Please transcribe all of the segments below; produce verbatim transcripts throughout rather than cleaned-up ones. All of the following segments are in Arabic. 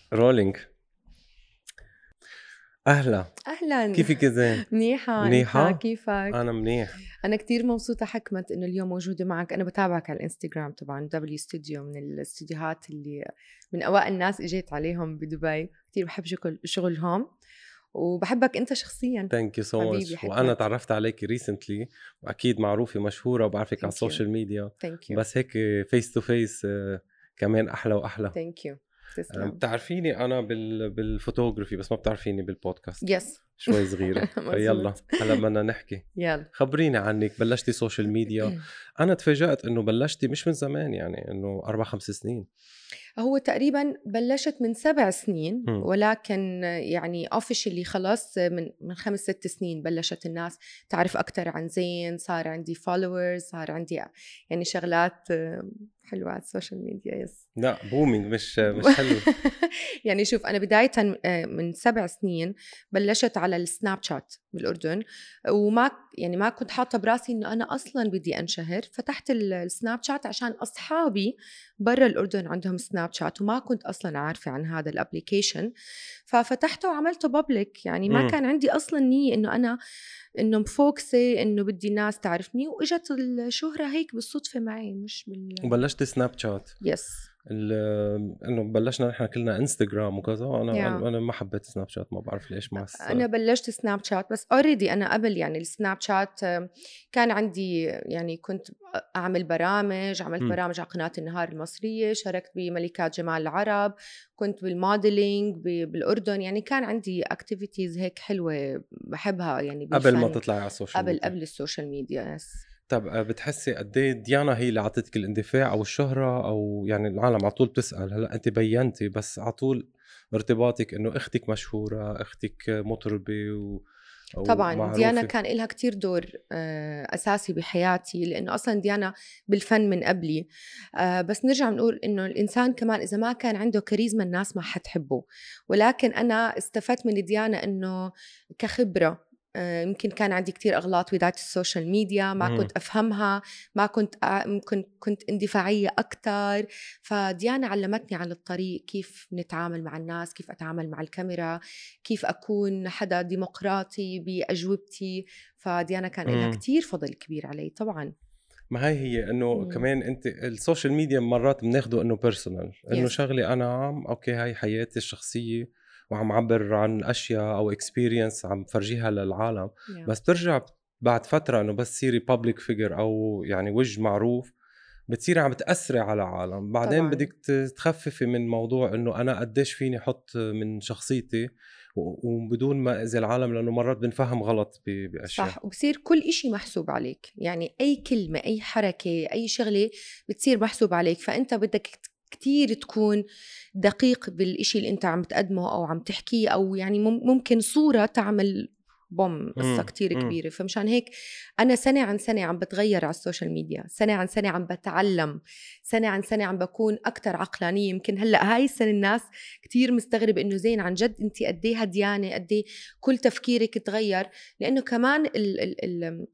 رولينج. أهلا، أهلاً. كيفك زين؟ منيحة. منيحة؟ أنت كيفك؟ أنا منيح. أنا كتير مبسوطة حكمت إنه اليوم موجودة معك. أنا بتابعك على الإنستغرام طبعاً، دبليو ستوديو من الاستديوهات اللي من أوائل الناس إجيت عليهم بدبي. كتير بحب شغل شغلهم وبحبك أنت شخصياً. Thank you so حبيبي much. وأنا حكمت. تعرفت عليك recently وأكيد معروفة مشهورة وبعرفك على Thank you. السوشيال ميديا، Thank you. بس هيك face to face آه، كمان أحلى وأحلى. Thank you. آه، تسلم. بتعرفيني أنا بال بالفوتوغرافي بس ما بتعرفيني بالبودكاست. Yes. شوي صغيرة. فيلا هلا بدنا نحكي. يلا. خبريني عنك، بلشتي سوشيال ميديا. أنا تفاجأت إنه بلشتي مش من زمان، يعني إنه أربع خمس سنين. هو تقريبا بلشت من سبع سنين م. ولكن يعني اوفيشلي خلاص من من خمس ست سنين بلشت الناس تعرف اكثر عن زين. صار عندي فولورز، صار عندي يعني شغلات حلوة على السوشيال ميديا. يس. لا بومينج مش مش حلو. يعني شوف أنا بداية من سبع سنين بلشت على السناب شات بالأردن، وما يعني ما كنت حاطة براسي إنه أنا أصلاً بدي أنشهر. فتحت السناب شات عشان أصحابي برا الأردن عندهم سناب شات وما كنت أصلاً عارفة عن هذا الابليكيشن، ففتحته وعملته بابليك. يعني ما م. كان عندي أصلاً نية إنه أنا إنه مفوكسة إنه بدي ناس تعرفني، وإجت الشهرة هيك بالصدفة معي مش بال. وبلشت سناب شات. يس. انه بلشنا نحن كلنا انستغرام وكذا، انا yeah. انا ما حبيت سناب شات، ما بعرف ليش. ما انا بلشت سناب شات بس اوريدي انا قبل يعني السناب شات كان عندي يعني كنت اعمل برامج، عملت م. برامج على قناة النهار المصرية، شاركت بملكات جمال العرب، كنت بالموديلينج بالاردن. يعني كان عندي اكتيفيتيز هيك حلوة بحبها يعني بالفن قبل ما تطلعي على السوشيال قبل ميديا. قبل السوشيال ميديا. يس. طب بتحسي قد ايه ديانا هي اللي اعطتك الاندفاع او الشهرة، او يعني العالم على طول بتسأل هلا انت بينتي بس على طول ارتباطك انه اختك مشهورة، اختك مطربة و... طبعا ديانا ومعروفة. كان لها كتير دور أساسي بحياتي لأنه أصلا ديانا بالفن من قبلي. بس نرجع نقول إنه الإنسان كمان إذا ما كان عنده كاريزما الناس ما حتحبه. ولكن أنا استفدت من ديانا إنه كخبرة. يمكن كان عندي كتير أغلاط بداية السوشيال ميديا ما م. كنت أفهمها، ما كنت ممكن كنت اندفاعية أكتر. فديانا علمتني على الطريق كيف نتعامل مع الناس، كيف أتعامل مع الكاميرا، كيف أكون حدا ديمقراطي بأجوبتي. فديانا كان لها كتير فضل كبير علي طبعا. ما هي هي انه مم. كمان انت السوشيال ميديا مرات بناخده انه بيرسونال، انه Yes. شغلي انا اوكي هاي حياتي الشخصيه وعم عبر عن اشياء او اكسبيرينس عم فرجيها للعالم. Yeah. بس ترجع بعد فتره انه بس تصيري بابليك فيجر او يعني وجه معروف، بتصيري عم تأثري على العالم. بعدين طبعاً. بدك تخففي من موضوع انه انا قديش فيني حط من شخصيتي وبدون ما اذي العالم، لانه مرات بنفهم غلط باشياء. صح. وبصير كل إشي محسوب عليك، يعني أي كلمة أي حركة أي شغلة بتصير محسوب عليك. فأنت بدك كتير تكون دقيق بالإشي اللي أنت عم تقدمه أو عم تحكيه، أو يعني ممكن صورة تعمل بوم قصة كتير كبيرة. فمشان هيك أنا سنة عن سنة عم بتغير على السوشيال ميديا، سنة عن سنة عم بتعلم، سنة عن سنة عم بكون أكتر عقلانية. يمكن هلأ هاي السنة الناس كتير مستغرب إنه زين عن جد أنت قديه هديانة، قديه كل تفكيرك تغير. لأنه كمان ال ال ال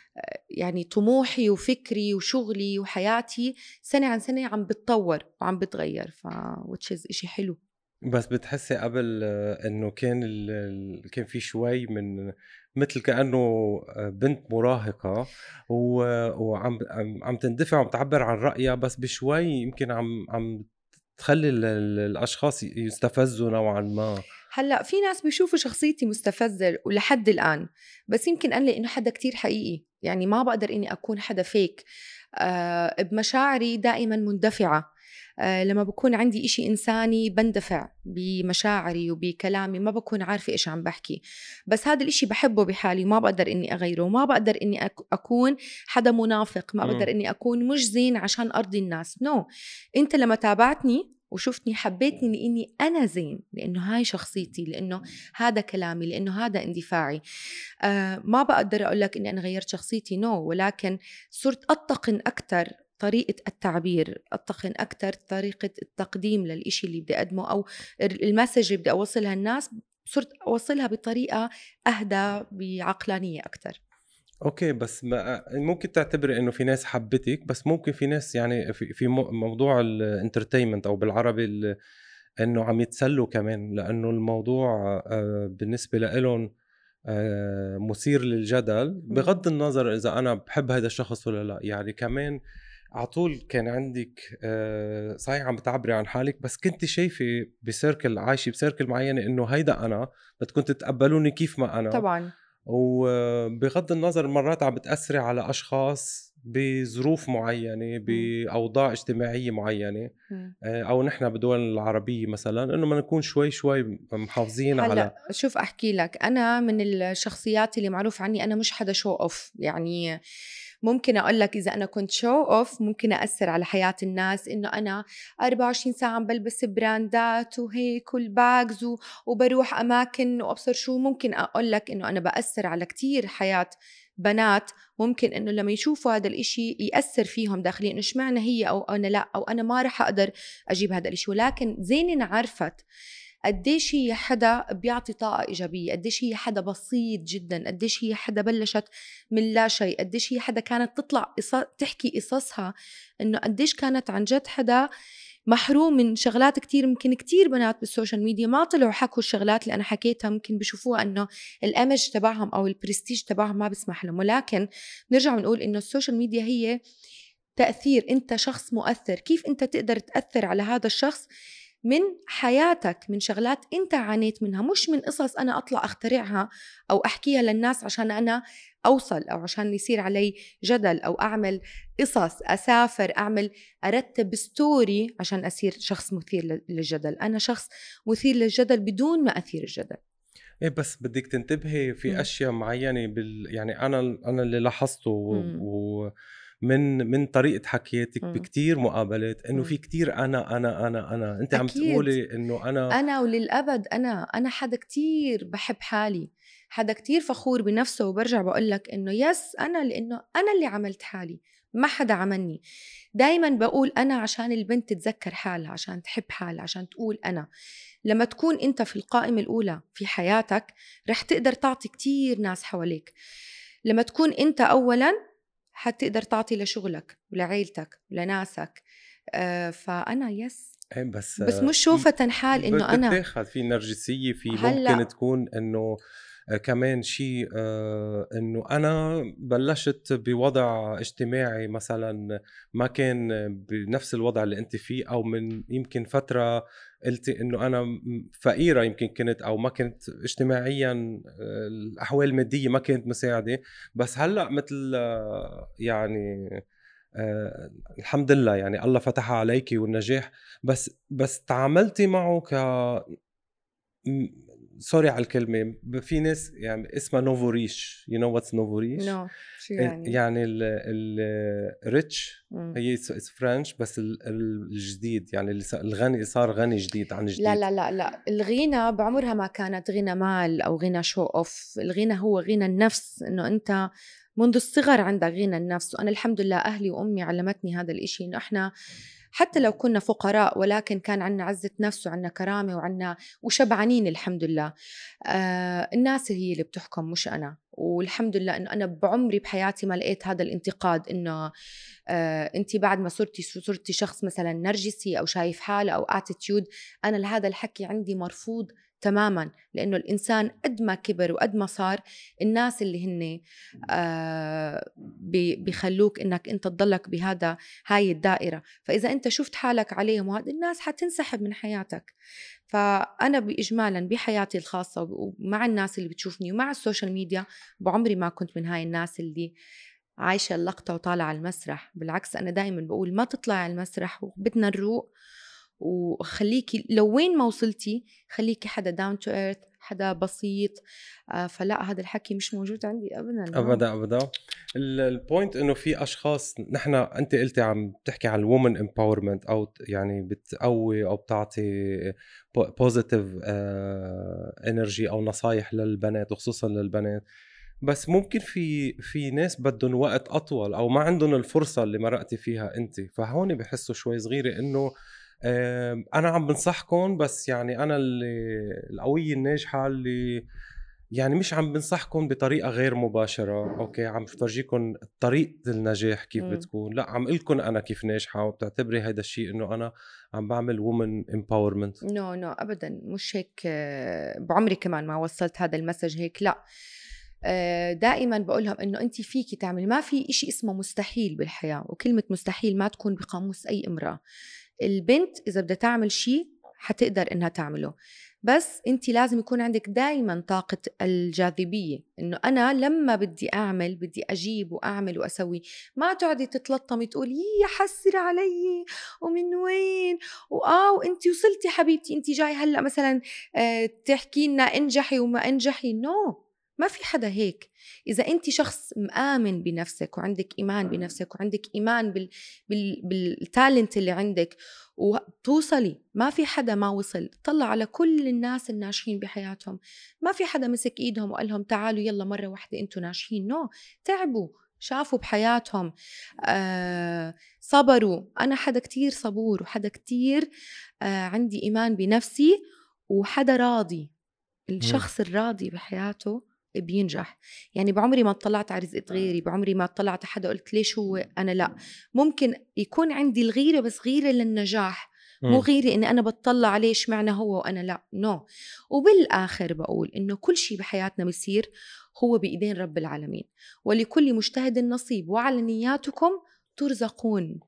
يعني طموحي وفكري وشغلي وحياتي سنة عن سنة عم بتطور وعم بتغير. ف which is إشي حلو. بس بتحسي قبل انه كان ال... كان في شوي من مثل كأنه بنت مراهقة و... وعم عم تندفع وعم تعبر عن رأيها، بس بشوي يمكن عم عم تخلي ال... الأشخاص يستفزوا نوعا ما. هلأ في ناس بيشوفوا شخصيتي مستفزة ولحد الآن، بس يمكن أنا لأنه حدا كتير حقيقي، يعني ما بقدر إني أكون حدا فيك. أه بمشاعري دائما مندفعة. أه لما بكون عندي إشي إنساني بندفع بمشاعري وبكلامي، ما بكون عارفة إيش عم بحكي. بس هذا الإشي بحبه بحالي، ما بقدر إني أغيره. ما بقدر إني أك- أكون حدا منافق، ما بقدر إني أكون مش زين عشان أرضي الناس. نو no. أنت لما تابعتني وشوفتني حبيتني لأني أنا زين، لأنه هاي شخصيتي، لأنه هذا كلامي، لأنه هذا اندفاعي. آه ما بقدر أقول لك إني أنا غيرت شخصيتي نو no. ولكن صرت أتقن أكتر طريقة التعبير، أتقن أكتر طريقة التقديم للإشي اللي بدي أقدمه أو المسج اللي بدي أوصلها الناس. صرت أوصلها بطريقة أهدى بعقلانية أكتر. اوكي بس ما ممكن تعتبري انه في ناس حبتك، بس ممكن في ناس يعني في في موضوع الانترتينمنت او بالعربي إنه عم يتسلّوا كمان، لإنه الموضوع آآ بالنسبة لإلن آآ مثير للجدل، إمم. بغض النظر إذا أنا باحب هيدا الشخص والّا لأ. يعني كمان على طول كان عندِك آآ صحيح عم بتعبّري عن حالِك، بس كنتِ شايفة بcircle عايشة بcircle معيّنة إنه هيدا أنا، بدكم تتقبّلوني كيف ما أنا. طبعًا. وبغض النظر مرات عم بتأثّري على أشخاص بظروف معيّنة، إمم. بأوضاع اجتماعية معيّنة، إمم. آآ أو نحن بالدول العربية مثلًا إنه بدنا نكون شوي شوي محافظين على. هلأ شوف أحكي لك، أنا من الشخصيات اللي معروف عني أنا مش حدا show off، يعني ممكن أقول لك إذا أنا كنت show off ممكن أأثّر على حياة الناس إنه أنا أربعة وعشرين ساعة عم بالبس براندات وهيك والbags و وباروح أماكن وأبصر شو، ممكن أقول لك إنه أنا بأثّر على كتير حياة بنات، ممكن إنه لمّا يشوفوا هذا الإشي يأثّر فيهم داخليًا، إنه إشمعنى هي أو أنا لأ، أو أنا ما رح أقدر أجيب هذا الإشي. ولكن زين انعرفت قديش هي حدا بيعطي طاقة إيجابية، قديش هي حدا بسيط جدًا، قديش هي حدا بلشت من لا شيء، قديش هي حدا كانت تطلع قص تحكي قصصها، إنه قديش كانت عن جد حدا محروم من شغلات كتير. ممكن كتير بنات بالسوشيال ميديا ما طلعوا حكوا الشغلات اللي أنا حكيتها، ممكن بشوفوها إنه الإيمج تبعهم أو البرستيج تبعهم ما بيسمح لهم. ولكن بنرجع بنقول إنه السوشيال ميديا هي تأثير، أنت شخص مؤثر، كيف أنت تقدر تأثر على هذا الشخص من حياتك، من شغلات أنت عانيت منها، مش من قصص أنا أطلع أخترعها أو أحكيها للناس عشان أنا أوصل أو عشان يصير علي جدل أو أعمل قصص، أسافر، أعمل أرتب ستوري عشان أصير شخص مثير للجدل. أنا شخص مثير للجدل بدون ما أثير الجدل. إيه بس بدِّك تنتبهي في مم. أشياء معيّنة بال يعني أنا ال أنا اللي لاحظته و مم. ومن من طريقة حكياتِك مم. بكتير مقابلات إنه مم. في كتير أنا، أنا، أنا، أنا، أنتِ عم أكيد تقولي إنه أنا. أنا وللأبد أنا أنا حدا كتير بحب حالي، حدا كتير فخور بنفسه، وبرجع بقولك إنه يس أنا، لأنه أنا اللي عملت حالي، ما حدا عملني. دايما بقول أنا عشان البنت تتذكر حالها، عشان تحب حالها، عشان تقول أنا. لما تكون أنت في القائمة الأولى في حياتك رح تقدر تعطي كتير ناس حواليك. لما تكون أنت أولا حتقدر تعطي لشغلك ولعيلتك ولناسك. آه فأنا يس، إيه بس بس مش م شوفة حال إنه أنا بتتاخد في نرجسية، في ممكن هلأ. تكون إنه آآ كمان شيء آآ إنه أنا بلّشت بوضع اجتماعي مثلًا ما كان بنفس الوضع اللي أنتِ فيه، أو من يمكن فترة قلتِ إنه أنا م فقيرة يمكن كنت، أو ما كنت اجتماعيًا آآ الأحوال المادية ما كانت مساعدة، بس هلأ متل يعني آآ الحمد لله يعني الله فتحها عليكِ والنجاح. بس بس تعاملتِ معه ك م sorry على الكلمة، ب في ناس يعني اسمها nouveau riche. you know what's nouveau riche؟ نو شو ال يعني؟ يعني ال ال rich إمم. هي it's it's French، بس ال ال الجديد يعني اللي ص الغني صار غني جديد عن لا، جديد. لا، لأ، لأ، الغِنى بعمرها ما كانت غِنى مال أو غِنى show off. الغِنى هو غِنى النفس، إنه أنت منذ الصغر عندك غِنى النفس. وأنا الحمد لله أهلي وأمي علمتني هذا الإشي، إنه إحنا حتى لو كنا فقراء ولكن كان عنا عزة نفس وعنا كرامة وعنا وشبعانين الحمد لله. آه الناس هي اللي بتحكم مش أنا. والحمد لله إنه أنا بعمري بحياتي ما لقيت هذا الانتقاد، إنه آه أنت بعد ما صرتي صرتي شخص مثلا نرجسي أو شايف حاله أو اتيتيود. أنا لهذا الحكي عندي مرفوض تماما، لأنه الإنسان قد ما كبر وقد ما صار الناس اللي هن آه بيخلوك إنك أنت تضلك بهذا هاي الدائرة. فإذا أنت شفت حالك عليهم وهذا الناس حتنسحب من حياتك. فأنا بإجمالا بحياتي الخاصة ومع الناس اللي بتشوفني ومع السوشيال ميديا بعمري ما كنت من هاي الناس اللي عايشة اللقطة وطالعة على المسرح. بالعكس أنا دايما بقول ما تطلع على المسرح وبدنا نروق، وخليكي لو وين ما وصلتي خليكي حدا down to earth، حدا بسيط. آه فلا هذا الحكي مش موجود عندي أبدا. no. أبدا أبدا. ال- البوينت إنه في أشخاص نحن أنت قلتي عم تحكي عن الومن امباورمنت، أو ت- يعني بتقوي أو بتعطي بوزيتيف انرجي أو نصايح للبنات وخصوصا للبنات. بس ممكن في في ناس بدهم وقت أطول أو ما عندهم الفرصة اللي مرقتي فيها أنت، فهون بحسوا شوي صغيرة إنه آم، أنا عم بنصحكم، بس يعني أنا اللي القوية الناجحة اللي يعني مش عم بنصحكم بطريقة غير مباشرة، أوكي، عم فرجيكم طريقة النجاح كيف إمم. بتكون، لأ عم قلكن أنا كيف ناجحة، وبتعتبري هيدا الشيء إنه أنا عم بعمل woman empowerment. نو نو أبدا مش هيك، آه، بعمري كمان ما وصلت هذا المسج هيك، لا. آه، دائما بقولهم إنه أنت فيكي تعمل، ما في إشي اسمه مستحيل بالحياة، وكلمة مستحيل ما تكون بقاموس أي امرأة. البنت إذا بدها تعمل شيء حتقدر إنها تعمله، بس أنت لازم يكون عندك دايما طاقة الجاذبية، إنه أنا لما بدي أعمل بدي أجيب وأعمل وأسوي. ما تقعدي تتلطمي تقولي يا حسر علي ومن وين وآه وأنت وصلتي حبيبتي، أنت جاي هلأ مثلا آه تحكي لنا انجحي وما انجحي. نو no. ما في حدا هيك. إذا أنت شخص مآمن بنفسك وعندك إيمان بنفسك وعندك إيمان بال... بال... بالتالنت اللي عندك وتوصلي، ما في حدا ما وصل. طلع على كل الناس الناجحين بحياتهم، ما في حدا مسك إيدهم وقال لهم تعالوا يلا مرة واحدة أنتوا ناجحين. نو no. تعبوا، شافوا بحياتهم، آه، صبروا. أنا حدا كتير صبور وحدا كتير آه، عندي إيمان بنفسي وحدا راضي. الشخص الراضي بحياته بينجح. يعني بعمري ما اطلعت على رزقة غيري، بعمري ما اطلعت حدا قلت ليش هو أنا. لا، ممكن يكون عندي الغيرة بس غيرة للنجاح، مو غيرة إني أنا بتطلع عليه معنى هو وأنا لا. نو. وبالآخر بقول إنه كل شيء بحياتنا بيصير هو بإيدين رب العالمين، ولكل مجتهد نصيب وعلى نياتكم ترزقون.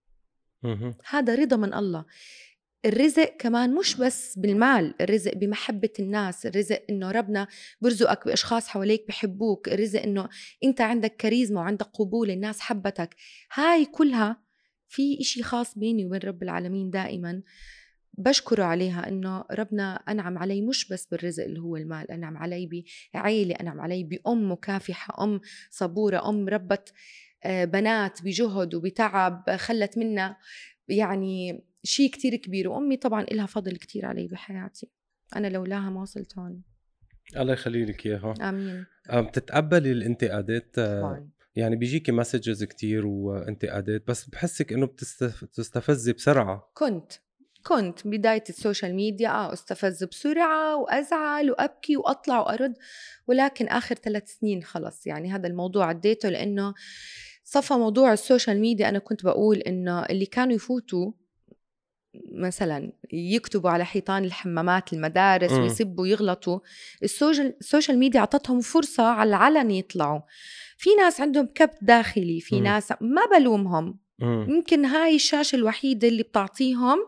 هذا رضا من الله. الرزق كمان مش بس بالمال، الرزق بمحبة الناس، الرزق إنه ربنا برزقك بأشخاص حواليك بحبوك، الرزق إنه أنت عندك كاريزما وعندك قبول، الناس حبتك. هاي كلها في إشي خاص بيني وبين رب العالمين دائما بشكره عليها، إنه ربنا أنعم علي مش بس بالرزق اللي هو المال، أنعم علي بعيلة، أنعم علي بأم مكافحة، أم صبورة، أم ربت بنات بجهد وبتعب خلت منا يعني شيء كتير كبير. وأمي طبعا إلها فضل كتير علي بحياتي، أنا لولاها ما وصلت هون. الله يخلي لك إياها. آمين. بتتقبلي الانتقادات؟ طبعا. يعني بيجيكي مسجز كتير وانتقادات، بس بحسك إنه بتستفزي بسرعة. كنت كنت بداية السوشيال ميديا آه استفز بسرعة وأزعل وأبكي وأطلع وأرد، ولكن آخر ثلاث سنين خلص يعني هذا الموضوع عديته، لأنه صفى موضوع السوشيال ميديا. أنا كنت بقول إنه اللي كانوا يفوتوا مثلا يكتبوا على حيطان الحمامات المدارس م. ويسبوا ويغلطوا، السوشيال السوشيال ميديا عطتهم فرصة على العلن يطلعوا. في ناس عندهم كبت داخلي، في م. ناس ما بلومهم، م. يمكن هاي الشاشة الوحيدة اللي بتعطيهم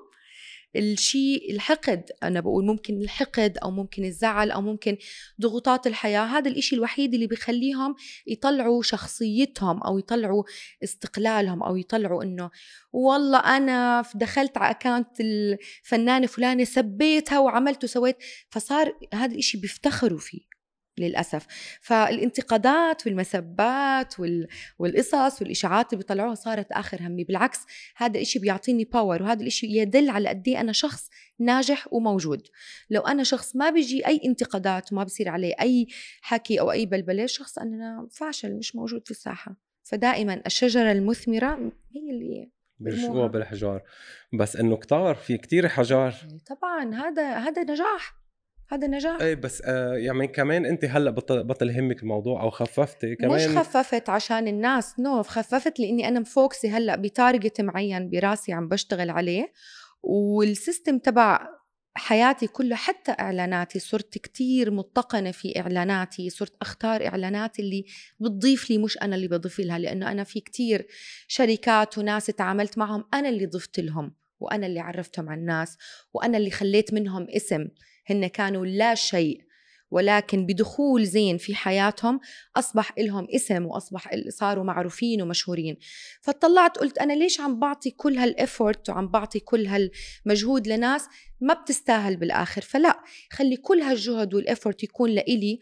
الشيء الحقد. أنا بقول ممكن الحقد أو ممكن الزعل أو ممكن ضغوطات الحياة، هذا الإشي الوحيد اللي بيخليهم يطلعوا شخصيتهم أو يطلعوا استقلالهم أو يطلعوا إنه والله أنا دخلت على أكاونت الفنانة فلانة سبيتها وعملت وسويت، فصار هذا الإشي بيفتخروا فيه للأسف. فالانتقادات والمسبات وال... والقصص والإشاعات اللي بيطلعوها صارت آخر همي. بالعكس هذا الإشي بيعطيني باور، وهذا الإشي يدل على قد ايه أنا شخص ناجح وموجود. لو أنا شخص ما بيجي أي انتقادات وما بصير عليه أي حكي أو أي بلبلة، شخص أنا فاشل مش موجود في الساحة. فدائما الشجرة المثمرة هي اللي بيرشقوها بالحجار، بس إنه كتار في كتير حجار. طبعا هذا هذا نجاح، هذا نجاح. ايه بس آه يعني كمان انت هلا بطل, بطل يهمك الموضوع او خففتي كمان؟ مش خففت عشان الناس، نو خففت لاني انا مفوكسه هلا بتارجت معين براسي عم بشتغل عليه، والسيستم تبع حياتي كله حتى اعلاناتي صرت كتير متقنه في اعلاناتي، صرت اختار اعلانات اللي بتضيف لي مش انا اللي بضيف لها، لانه انا في كتير شركات وناس تعاملت معهم انا اللي ضفت لهم وانا اللي عرفتهم على الناس وانا اللي خليت منهم اسم، هن كانوا لا شيء، ولكن بدخول زين في حياتهم أصبح لهم اسم وأصبح صاروا معروفين ومشهورين. فاطلعت قلت أنا ليش عم بعطي كل هالإفورت وعم بعطي كل هالمجهود لناس ما بتستاهل بالآخر؟ فلا، خلي كل هالجهد والإفورت يكون لإلي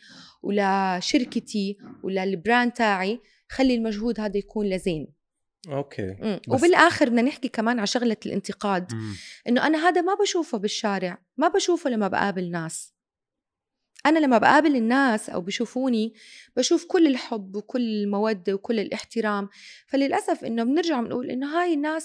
ولشركتي وللبراند تاعي، خلي المجهود هذا يكون لزين. اوكي. وبالاخر بدنا نحكي كمان على شغله الانتقاد، انه انا هذا ما بشوفه بالشارع، ما بشوفه لما بقابل ناس. انا لما بقابل الناس او بشوفوني بشوف كل الحب وكل الموده وكل الاحترام. فللاسف انه بنرجع بنقول انه هاي الناس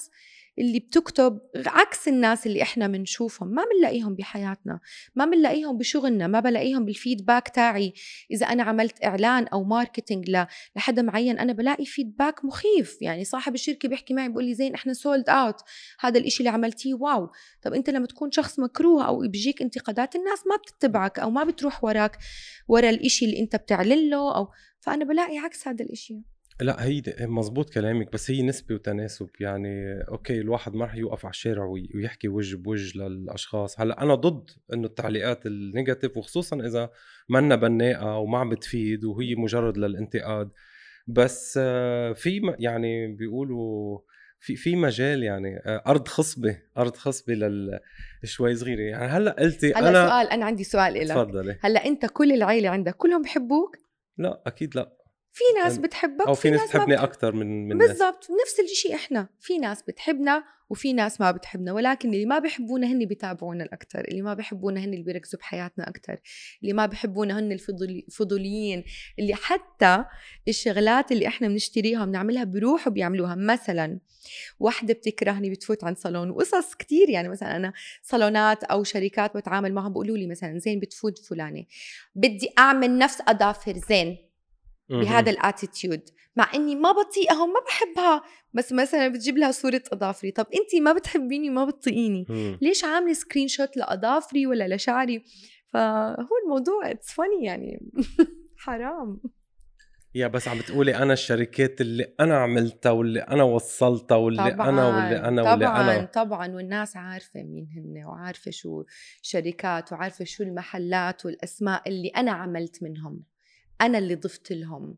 اللي بتكتب عكس الناس اللي احنا منشوفهم ما بنلاقيهم بحياتنا، ما بنلاقيهم بشغلنا، ما بلاقيهم بالفيدباك تاعي. إذا أنا عملت إعلان أو ماركتينج لحد معين أنا بلاقي فيدباك مخيف، يعني صاحب الشركة بيحكي معي بيقول لي زين إحنا سولد أوت، هذا الإشي اللي عملتيه واو. طب أنت لما تكون شخص مكروه أو بيجيك انتقادات الناس ما بتتبعك أو ما بتروح وراك ورا الإشي اللي أنت بتعلن له، أو فأنا بلاقي عكس هذا الإشي. لا هي مزبوط كلامك، بس هي نسبة وتناسب. يعني أوكي الواحد ما رح يوقف على الشارع ويحكي وجه بوجه للأشخاص. هلأ أنا ضد إنه التعليقات النيجاتيف، وخصوصا إذا منا بناءة وما عم بتفيد وهي مجرد للانتقاد. بس في يعني بيقولوا في في مجال، يعني أرض خصبة أرض خصبة لل شوي صغيرة. يعني هلأ قلتي هلأ أنا سؤال، أنا عندي سؤال إلك. تفضلي. هلأ أنت كل العيلة عندك كلهم بحبوك؟ لا أكيد لا. في ناس بتحبك أو في ناس ناس ما بتحبني بتحب. أكتر من من ناس. بالضبط نفس الشيء، إحنا في ناس بتحبنا وفي ناس ما بتحبنا، ولكن اللي ما بيحبونا هن بيتابعونا الأكتر، اللي ما بيحبونا هن اللي بيركزوا بحياتنا أكتر، اللي ما بيحبونا هن الفضولي الفضوليين، اللي حتى الشغلات اللي إحنا بنشتريها بنعملها بيروحوا بيعملوها. مثلا واحدة بتكرهني بتفوت عن صالون، وقصص كتير، يعني مثلا أنا صالونات أو شركات بتعامل معهم بقولوا لي مثلا زين بتفوت فلانة بدي أعمل نفس أظافر زين بهذا الاتيتيود، مع اني ما بطيقها وما بحبها، بس مثلا بتجيب لها صورة اظافري. طب انتي ما بتحبيني وما بتطيقيني، ليش عامله سكرين شوت لاظافري ولا لشعري؟ فهو الموضوع اتس فاني يعني. حرام. يا بس عم بتقولي انا الشركات اللي انا عملتها واللي انا وصلتها واللي طبعاً انا واللي انا واللي طبعا انا طبعا والناس عارفه مين هن، وعارفه شو شركات، وعارفه شو المحلات والاسماء اللي انا عملت منهم، انا اللي ضفت لهم،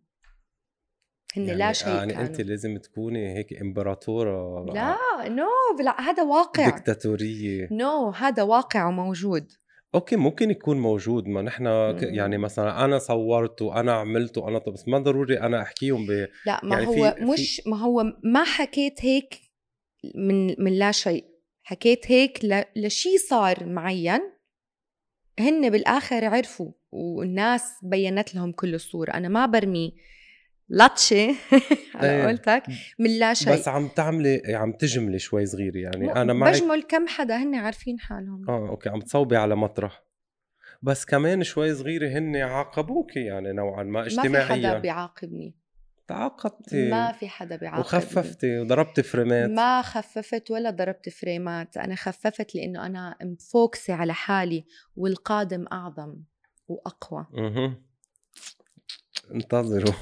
هن يعني لا شيء يعني كانوا. انت لازم تكوني هيك امبراطوره لا نو لا هذا واقع، ديكتاتوريه. نو no, هذا واقع وموجود. اوكي ممكن يكون موجود، ما نحن يعني مثلا انا صورت وانا عملت وانا، بس ما ضروري انا احكيهم ب لا ما يعني هو في مش في ما هو ما حكيت هيك من من لا شيء، حكيت هيك ل... لشي صار معين، هن بالاخر عرفوا والناس بينت لهم كل الصورة. انا ما برمي لطشة على ايه قولتك من لا شيء، بس عم تعملي عم تجملي شوي صغيره. يعني انا معك. بجمل كم حدا هن عارفين حالهم. اه اوكي عم تصوبي على مطرح، بس كمان شوي صغيرة هن عاقبوك يعني نوعا ما ما في حدا اجتماعيا. بيعاقبني، تعاقبتي ما في حدا بيعاقبني، وخففتي وضربتي فريمات. ما خففت ولا ضربت فريمات، أنا خففت لأنه أنا مفوكسة على حالي والقادم أعظم وأقوى. اها انتظروا.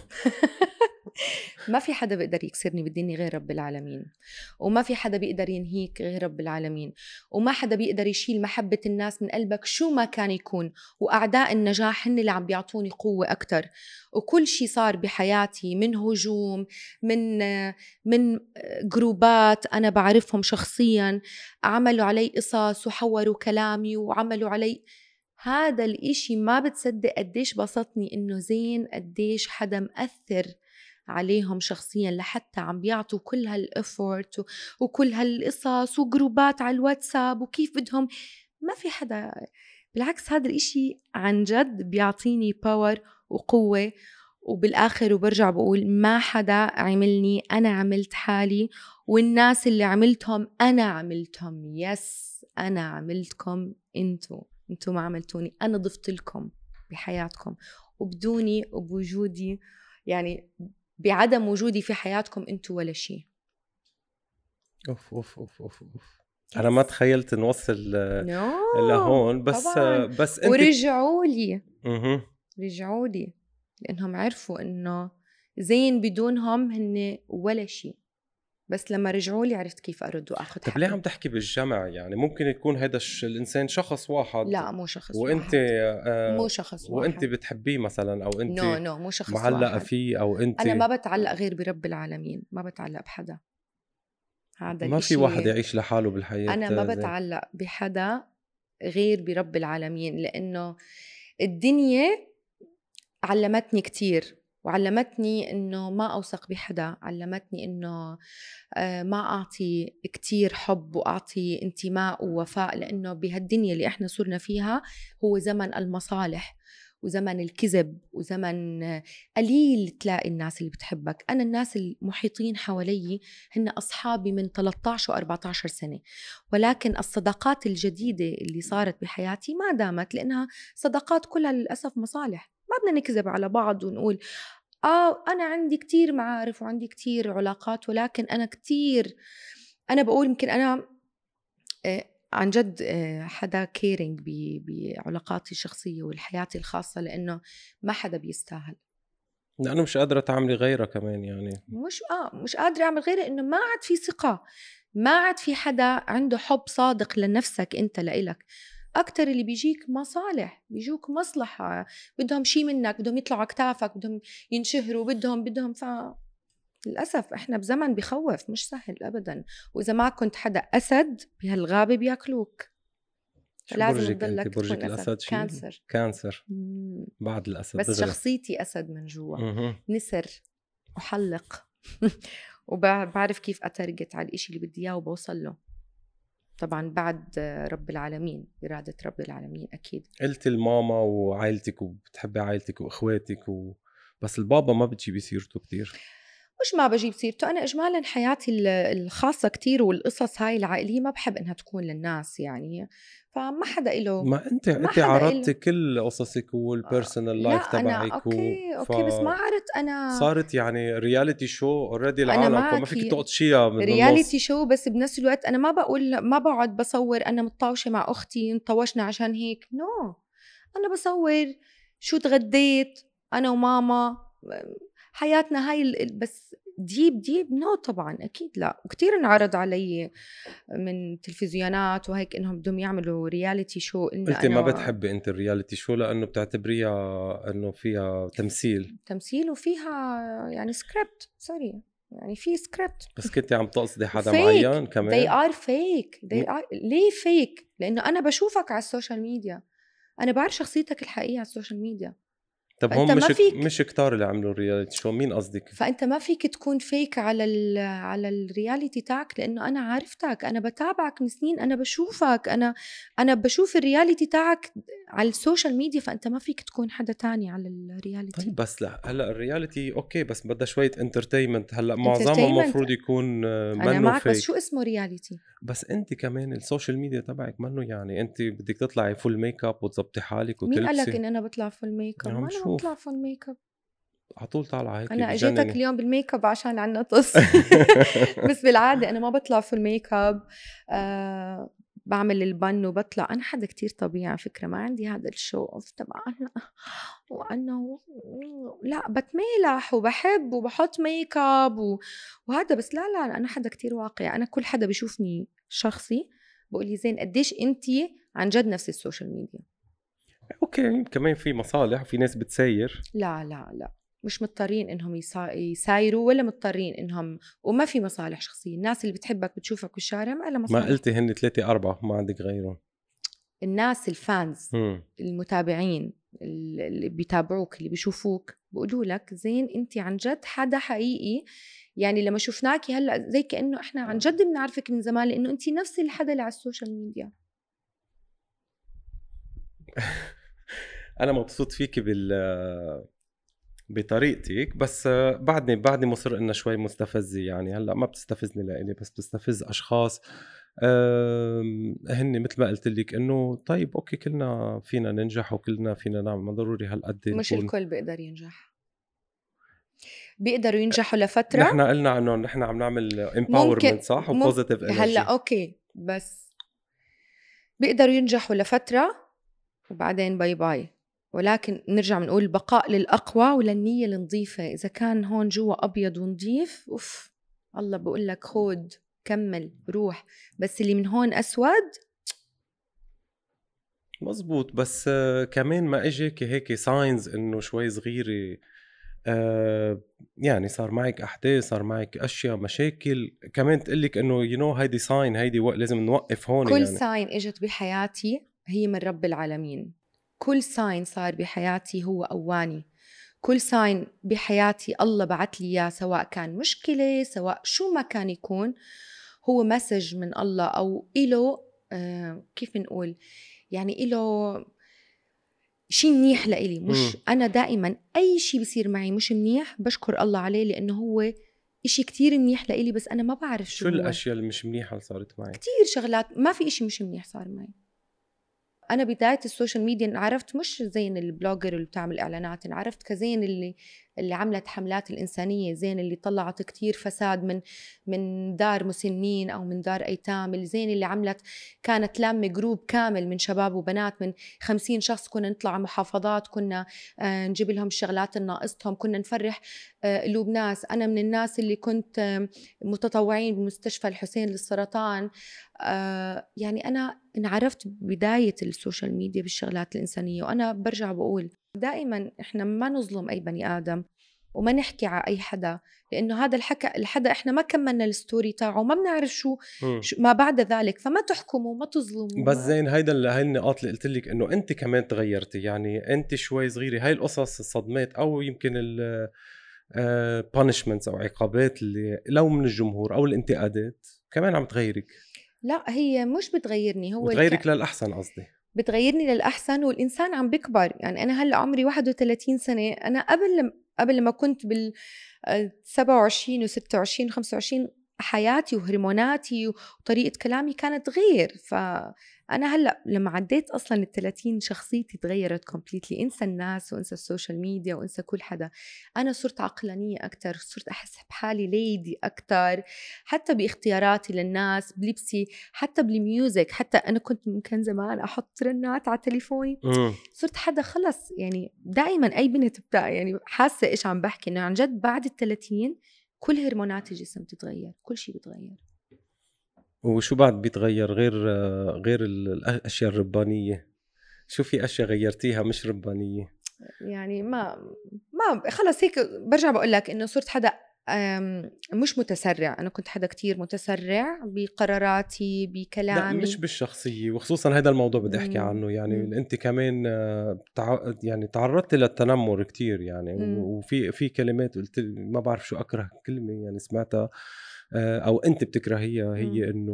ما في حدا بيقدر يكسرني بالدنيا غير رب العالمين، وما في حدا بيقدر ينهيك غير رب العالمين، وما حدا بيقدر يشيل محبة الناس من قلبك شو ما كان يكون. وأعداء النجاح هن اللي عم بيعطوني قوة أكتر. وكل شي صار بحياتي من هجوم، من من جروبات أنا بعرفهم شخصيا عملوا علي قصص وحوروا كلامي وعملوا علي هذا الإشي، ما بتصدق قديش بسطني إنه زين قديش حدا مأثر عليهم شخصيا لحتى عم بيعطوا كل هالإفورت وكل هالقصص وجروبات على الواتساب وكيف بدهم. ما في حدا، بالعكس هذا الإشي عن جد بيعطيني باور وقوة. وبالآخر وبرجع بقول ما حدا عملني، أنا عملت حالي، والناس اللي عملتهم أنا عملتهم. يس أنا عملتكم، انتو انتو ما عملتوني، أنا ضفت لكم بحياتكم، وبدوني وبوجودي يعني بعدم وجودي في حياتكم انتو ولا شيء. اوف اوف اوف اوف اوف انا ما تخيلت نوصل no. لهون، بس طبعاً. بس انت ورجعوا لي اها رجعوا لي لانهم عرفوا انه زين بدونهم هن ولا شيء، بس لما رجعوا لي عرفت كيف ارد واخذ حقي. طب ليه عم تحكي بالجمع؟ يعني ممكن يكون هذا الانسان شخص واحد. لا مو شخص وانت واحد. آه مو شخص وانت واحد. بتحبيه مثلا، او انت نو no, نو no, مو شخص معلقه واحد. فيه، او انت انا ما بتعلق غير برب العالمين، ما بتعلق بحدا. هذا ما في الاشي واحد يعيش لحاله بالحياه. انا ما زين. بتعلق بحدا غير برب العالمين، لانه الدنيا علمتني كتير، وعلمتني انه ما اوثق بحدا، علمتني انه ما اعطي كتير حب واعطي انتماء ووفاء، لانه بهالدنيا اللي احنا صرنا فيها هو زمن المصالح، وزمن الكذب وزمن قليل تلاقي الناس اللي بتحبك. أنا الناس المحيطين حوالي هن أصحابي من ثلاثة عشر و أربعة عشر سنة، ولكن الصداقات الجديدة اللي صارت بحياتي ما دامت، لأنها صداقات كلها للأسف مصالح. ما بدنا نكذب على بعض ونقول آه أنا عندي كتير معارف وعندي كتير علاقات، ولكن أنا كتير أنا بقول يمكن أنا آه عن جد حدا كيرينج بعلاقاتي الشخصية والحياتي الخاصة، لأنه ما حدا بيستاهل. لأنه مش قادرة تعملي غيرها كمان، يعني مش آه مش قادرة أعمل غيرها، إنه ما عاد في ثقة، ما عاد في حدا عنده حب صادق لنفسك أنت لإلك. أكتر اللي بيجيك مصالح، بيجوك مصلحة، بدهم شي منك، بدهم يطلعوا كتافك، بدهم ينشهروا، بدهم بدهم ف للأسف إحنا بزمن بخوف، مش سهل أبداً. وإذا ما كنت حدا أسد بهالغابة بياكلوك. لازم تضلك تكون برجك الأسد. شيء كانسر. كانسر مم. بعد الأسد بس دغري. شخصيتي أسد من جوا، نسر وحلق وبعرف كيف أترجت على الإشي اللي بدي إياه وبوصل له، طبعاً بعد رب العالمين، إرادة رب العالمين. أكيد قلت الماما وعائلتك وبتحبي عائلتك وإخواتك و... بس البابا ما بتجيبي سيرته كتير. مش ما بجيب سيرته، أنا إجمالاً حياتي الخاصة كتير والقصص هاي العائلية ما بحب إنها تكون للناس، يعني فما حدا إله. ما أنت أنت عرضتي كل قصصك والبيرسونال لايف تبعك. أوكي و... أوكي بس ما عرفت أنا صارت يعني رياليتي شو اوريدي العالم، فما فيك تقطشيها من النص. رياليتي شو بس بنفس الوقت أنا ما بقول ما بقعد بصور أنا متطاوشة مع أختي انطوشنا عشان هيك، نو no. أنا بصور شو تغديت أنا وماما، حياتنا هاي بس ديب ديب نو no طبعا أكيد لا. وكتير انعرض علي من تلفزيونات وهيك إنهم بدهم يعملوا رياليتي شو. قلتي ما بتحبي أنت الرياليتي شو لأنه بتعتبريها إنه فيها تمثيل تمثيل وفيها يعني سكريبت، سوري يعني في سكريبت. بس كنتي عم تقصدي حدا معين كمان. they are fake they are... ليه fake؟ لأنه أنا بشوفك على السوشيال ميديا، أنا بعرف شخصيتك الحقيقية على السوشيال ميديا. طب هم مش فيك... مش كتار اللي عملوا الرياليتي شو، مين قصدك؟ فأنت ما فيك تكون فيك على ال على الرياليتي تاعك، لأنه أنا عارفتك، أنا بتابعك من سنين، أنا بشوفك، أنا أنا بشوف الرياليتي تاعك على السوشيال ميديا، فأنت ما فيك تكون حدا تاني على الرياليتي. طيب بس لا هلا الرياليتي أوكي بس بدها شوية انترتينمنت، هلا معظمها مفروض يكون منه أنا معك فيك. بس شو اسمه رياليتي؟ بس أنت كمان السوشيال ميديا تبعك منه، يعني أنت بدك تطلعي فول ميك اب وتظبطي حالك وتلبسي. مين قالك إن أنا بطلع فول ميك اب؟ ما أنا بطلع فول ميك اب عطول طالعة هيك. أنا أجيتك اليوم بالميك اب عشان عنا نقص بس بالعادة أنا ما بطلع في الميك اب، أه بعمل البن وبطلع. أنا حدا كتير طبيعي على فكرة، ما عندي هذا الشو أوف تبع أنا وأنا و... لا بتميلح وبحب وبحط ميك اب و... وهذا، بس لا لا أنا حدا كتير واقع. أنا كل حدا بيشوفني شخصي بقول لي زين قديش أنتي عن جد نفس السوشيال ميديا. أوكي كمان في مصالح وفي ناس بتسير. لا لا لا مش مضطرين إنهم يسايروا ولا مضطرين إنهم، وما في مصالح شخصية. الناس اللي بتحبك بتشوفك بالشارع ما لها مصالح. ما قلتي هن ثلاثة أربعة ما عندك غيرهم؟ الناس الفانز م. المتابعين اللي بيتابعوك اللي بيشوفوك بيقولوا لك زين أنت عن جد حدا حقيقي، يعني لما شفناكي هلأ زي كأنه إحنا عن جد بنعرفك من زمان، لأنه أنت نفس الحدا اللي على السوشيال ميديا. أنا مبسوط فيكي بال بطريقتك، بس بعدني بعدني مصر إنها شوي مستفزة، يعني هلا ما بتستفزني لإلي بس بتستفز أشخاص هن مثل ما قلت لك إنه طيب أوكي كلنا فينا ننجح وكلنا فينا نعمل، ما ضروري هالقد مش نكون... الكل بيقدر ينجح، بيقدروا ينجحوا لفترة. نحن قلنا إنه نحن عم نعمل empowerment صح وبوزيتيف إنرجي. هلا أوكي بس بيقدروا ينجحوا لفترة وبعدين باي باي، ولكن نرجع بنقول البقاء للأقوى وللنية النظيفة. إذا كان هون جوا أبيض ونظيف أوف الله بقول لك خود كمل روح، بس اللي من هون أسود مزبوط. بس كمان ما إجيك هيك ساينز إنه شوي صغيرة آه يعني صار معك أحداث، صار معك أشياء مشاكل كمان تقلك إنه يو نو هيدي ساين، هيدي و... لازم نوقف هون. كل يعني ساين إجت بحياتي هي من رب العالمين، كل ساين صار بحياتي هو أواني، كل ساين بحياتي الله بعت لي إياه، سواء كان مشكلة سواء شو ما كان يكون هو مسج من الله أو إله آه كيف نقول يعني إله شيء منيح لإلي، مش مم. أنا دائما أي شيء بيصير معي مش منيح بشكر الله عليه لأنه هو إشي كتير منيح لإلي، بس أنا ما بعرف شو, شو هو. الاشياء اللي مش منيحه اللي صارت معي؟ كتير شغلات، ما في إشي مش منيح صار معي. أنا بداية السوشيال ميديا عرفت مش زين البلوجر اللي بتعمل إعلانات، عرفت كزين اللي اللي عملت حملات الإنسانية، زين اللي طلعت كتير فساد من من دار مسنين أو من دار أيتام، الزين اللي عملت كانت لامة جروب كامل من شباب وبنات من خمسين شخص، كنا نطلع محافظات، كنا آه نجيب لهم الشغلات الناقصتهم، كنا نفرح آه قلوب ناس. أنا من الناس اللي كنت آه متطوعين بمستشفى الحسين للسرطان. آه يعني أنا انعرفت بداية السوشيال ميديا بالشغلات الإنسانية. وأنا برجع بقول دائما إحنا ما نظلم أي بني آدم وما نحكي على أي حدا، لأنه هذا الحكى الحدا إحنا ما كملنا الستوري تاعه وما بنعرف شو, شو ما بعد ذلك، فما تحكموا وما تظلموا. بس زين هيدا هاي النقاط اللي قلت لك انه انت كمان تغيرتي، يعني انت شوي صغيره هاي القصص الصدمات او يمكن ال بانشمنتس او عقابات اللي لو من الجمهور او الانتقادات كمان عم تغيرك. لا هي مش بتغيرني، هو بتغيرك الك... للأحسن قصدي. بتغيرني للأحسن، والإنسان عم بيكبر. يعني أنا هلأ عمري واحد وثلاثين سنة، أنا قبل لم... قبل ما كنت بال سبعة وعشرين وستة وعشرين وخمسة وعشرين حياتي وهرموناتي وطريقة كلامي كانت غير. فأنا هلأ لما عديت أصلا الثلاثين شخصيتي تغيرت كومبليتلي. انسى الناس وانسى السوشيال ميديا وانسى كل حدا. أنا صرت عقلانية أكتر، صرت أحس بحالي ليدي أكتر، حتى باختياراتي للناس، بلبسي، حتى بالميوزك. حتى أنا كنت ممكن زمان أحط رنات على تليفوني، مم. صرت حدا خلص. يعني دائما أي بنت بتاع يعني حاسة إيش عم بحكي، إنه عن جد بعد الثلاثين كل هرمونات الجسم بتتغير، كل شيء بتغير. وشو بعد بيتغير غير غير الأشياء الربانية؟ شو في أشياء غيرتيها مش ربانية؟ يعني ما ما خلص هيك برجع بقول لك إنه صرت حدا مش متسرع. أنا كنت حدا كتير متسرع بقراراتي بكلامي. لا مش بالشخصية، وخصوصا هذا الموضوع بدي أحكي عنه. يعني مم. أنت كمان تع... يعني تعرضت للتنمر كتير يعني. مم. وفي في كلمات قلت ما بعرف شو أكره كلمة يعني سمعتها أو أنت بتكرهيها، هي إنه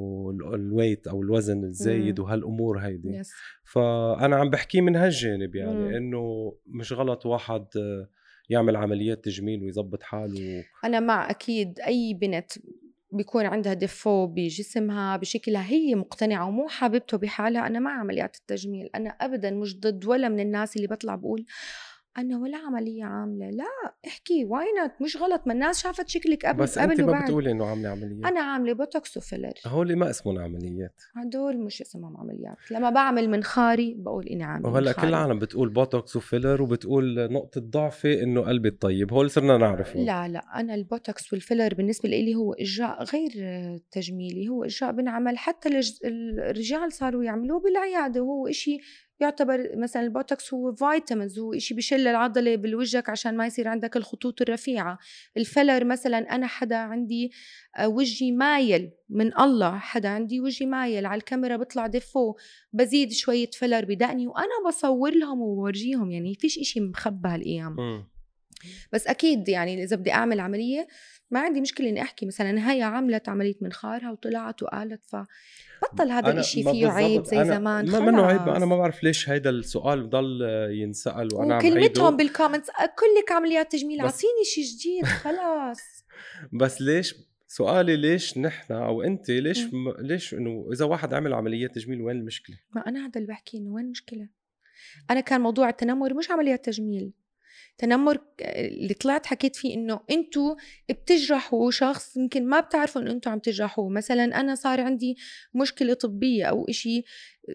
الويت أو الوزن الزايد وهالأمور هيدي. yes. فأنا عم بحكي من هالجانب يعني مم. إنه مش غلط واحد يعمل عمليات تجميل ويزبط حاله. أنا مع أكيد أي بنت بيكون عندها ديفو بجسمها بشكلها هي مقتنعة ومو حاببته بحالها، أنا مع عمليات التجميل. أنا أبدا مش ضد ولا من الناس اللي بطلع بقول أنا ولا عملية عاملة. لا احكي واينت، مش غلط، ما الناس شافت شكلك قبل بس انت قبل ما وبعد. بتقولي انه عامله عمليات. انا عامله بوتوكس وفيلر، هول ما اسمهم عمليات، هدول مش اسمهم عمليات. لما بعمل منخاري بقول اني عامله وهلا منخاري. كل العالم بتقول بوتوكس وفيلر وبتقول نقطه ضعفي انه قلبي الطيب، هول صرنا نعرفه. لا لا انا البوتوكس والفيلر بالنسبه لي هو اجراء غير تجميلي، هو اجراء بنعمل حتى الرجال صاروا يعملوه بالعياده، وهو إشي يعتبر مثلا البوتوكس هو فيتامينز، هو إشي بشل العضله بالوجهك عشان ما يصير عندك الخطوط الرفيعه. الفيلر مثلا انا حدا عندي وجهي مايل من الله، حدا عندي وجهي مايل على الكاميرا بطلع دفو، بزيد شويه فيلر بدقني وانا بصور لهم وورجيهم. يعني فيش إشي مخبى هالايام. م. بس أكيد يعني إذا بدي أعمل عملية ما عندي مشكلة إني أحكي مثلا هي عملت عملية منخارها وطلعت وقالت، فبطل هذا الإشي فيه عيب زي أنا زمان. ما منه عيب. أنا ما بعرف ليش هيدا السؤال بضل ينسأل وأنا عم عيده. وكلمتهم بالكومنتس كلك عمليات تجميل، عطيني شي جديد خلاص. بس ليش سؤالي ليش نحن أو أنت ليش م... ليش إنه إذا واحد عمل عمليات تجميل وين المشكلة؟ ما أنا هذا اللي بحكي إنه وين المشكلة. أنا كان موضوع التنمر مش عمليات تجميل. تنمر اللي طلعت حكيت فيه إنه أنتوا بتجرحوا شخص يمكن ما بتعرفوا إنه أنتوا عم تجرحوه. مثلا أنا صار عندي مشكلة طبية أو إشي،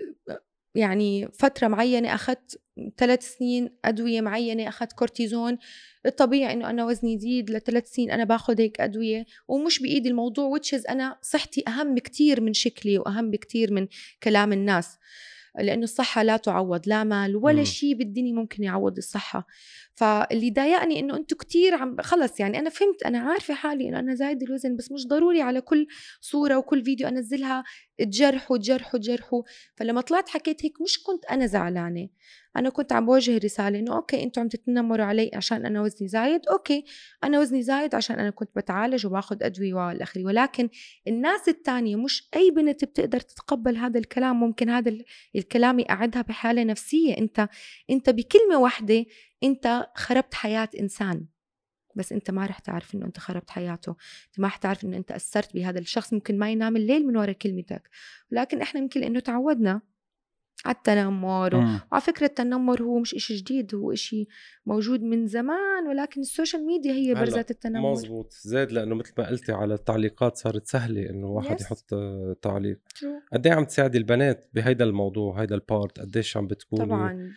يعني فترة معينة أخذت ثلاث سنين أدوية معينة، أخذت كورتيزون. الطبيعي إنه أنا وزني يزيد لثلاث سنين أنا باخد هيك أدوية ومش بإيدي الموضوع، وتشز أنا صحتي أهم بكتير من شكلي وأهم بكتير من كلام الناس، لأنه الصحة لا تعوض، لا مال ولا شيء بالدنيا ممكن يعوض الصحة. فاللي ضايقني إنه أنتوا كتير عم خلص. يعني أنا فهمت، أنا عارفة حالي إنه أنا زايد الوزن، بس مش ضروري على كل صورة وكل فيديو أنزلها تجرحوا تجرحوا تجرحوا. فلما طلعت حكيت هيك مش كنت أنا زعلانة، انا كنت عم بوجه رساله انه اوكي انتم عم تتنمروا علي عشان انا وزني زايد، اوكي انا وزني زايد عشان انا كنت بتعالج وباخذ ادويه والاخري، ولكن الناس التانية مش اي بنت بتقدر تتقبل هذا الكلام. ممكن هذا ال- الكلام يقعدها بحاله نفسيه. انت انت بكلمه واحده انت خربت حياه انسان، بس انت ما رح تعرف انه انت خربت حياته، انت ما رح تعرف انه انت اثرت بهذا الشخص. ممكن ما ينام الليل من وراء كلمتك، ولكن احنا يمكن لانه تعودنا على التنمر. مم. وعلى فكرة التنمر هو مش إشي جديد، هو إشي موجود من زمان، ولكن السوشيال ميديا هي هلا برزت التنمر. مزبوط زاد، لانه مثل ما قلتي على التعليقات صارت سهله انه واحد Yes. يحط آه، تعليق. True. قد ايه عم تساعدي البنات بهيدا الموضوع، هيدا البارت؟ قديش عم بتكوني طبعا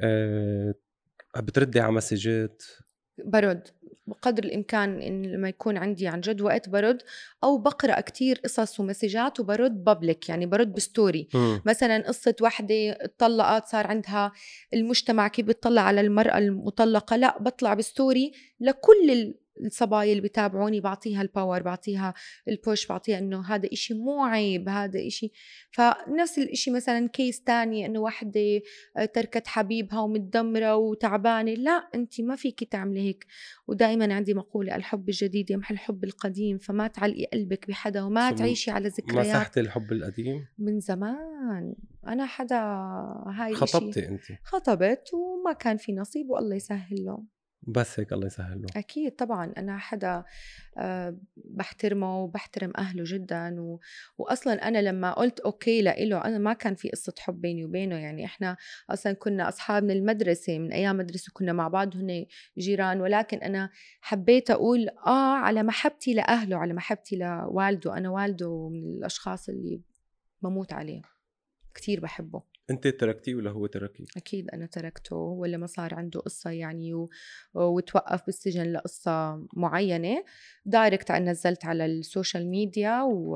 آه بتردي على مسجات؟ برد بقدر الإمكان، إن لما يكون عندي عن جد وقت برد، أو بقرأ كتير قصص ومسجات وبرد بابليك، يعني برد بستوري. مم. مثلا قصة واحدة اتطلقت، صار عندها المجتمع كيف بيطلع على المرأة المطلقة، لا بطلع بستوري لكل ال- الصبايا اللي بتابعوني، بعطيها الباور، بعطيها البوش، بعطيها انه هذا اشي مو عيب، هذا اشي. فنفس الاشي مثلا كيس تاني انه واحدة تركت حبيبها ومتدمرة وتعبانة، لا انت ما فيك تعملي هيك. ودائما عندي مقولة الحب الجديد يمحي الحب القديم، فما تعلقي قلبك بحدا وما ثم تعيشي على ذكريات مسحتي الحب القديم؟ من زمان. أنا حدا هاي الإشي خطبتي انت؟ خطبت وما كان في نصيب والله يسهل له. بس هيك الله يسهل له. أكيد طبعا أنا حدا أه بحترمه وبحترم أهله جدا و... وأصلا أنا لما قلت أوكي لإله، أنا ما كان في قصة حب بيني وبينه. يعني إحنا أصلا كنا أصحاب من المدرسة، من أيام مدرسة كنا مع بعض، هن جيران. ولكن أنا حبيت أقول آه على محبتي لأهله، على محبتي لوالده. أنا والده من الأشخاص اللي بموت عليه، كتير بحبه. انت تركتيه ولا هو تركي؟ أكيد أنا تركته، ولا ما صار عنده قصة يعني و... وتوقف بالسجن لقصة معينة. دايركت نزلت على السوشيال ميديا و...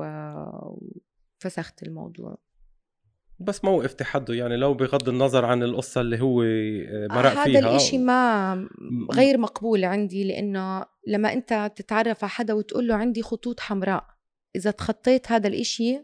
وفسخت الموضوع. بس ما وقفتي حده يعني، لو بغض النظر عن القصة اللي هو مرق هذا فيها؟ الإشي ما م- غير مقبول عندي، لأنه لما أنت تتعرف على حدا وتقول له عندي خطوط حمراء، إذا تخطيت هذا الإشي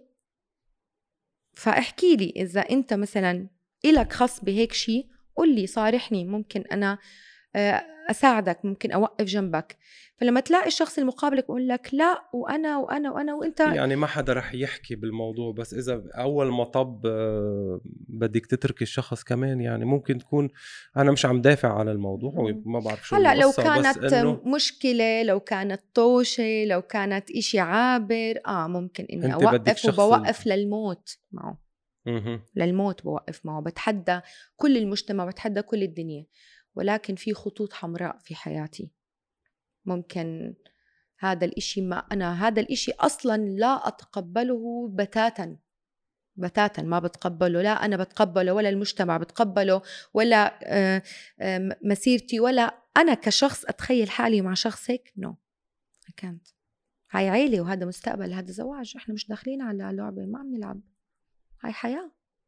فاحكي لي. إذا أنت مثلا إلك خص بهيك شي قل لي، صارحني، ممكن أنا أساعدك، ممكن أوقف جنبك. فلما تلاقي الشخص المقابلك يقول لك لا وأنا وأنا وأنا وأنت، يعني ما حدا رح يحكي بالموضوع، بس إذا أول مطب آه، بدك تترك الشخص كمان، يعني ممكن تكون أنا مش عم دافع على الموضوع وما بعرف شو هلا لو القصة، بس كانت إنه مشكلة، لو كانت طوشة، لو كانت إشي عابر، آه ممكن إني أنت بدك أوقف، شخص ال... وبوقف للموت معه. مهم. للموت بوقف معه، بتحدى كل المجتمع، بتحدى كل الدنيا. ولكن في خطوط حمراء في حياتي، ممكن هذا الإشي ما أنا هذا الإشي أصلا لا أتقبله بتاتا بتاتا، ما بتقبله. لا أنا بتقبله، ولا المجتمع بتقبله، ولا آه، آه، مسيرتي، ولا أنا كشخص أتخيل حالي مع شخص هيك. نو I can't. هاي عيلة وهذا مستقبل، هذا زواج، إحنا مش داخلين على لعبة، ما عم نلعب، هاي حياة.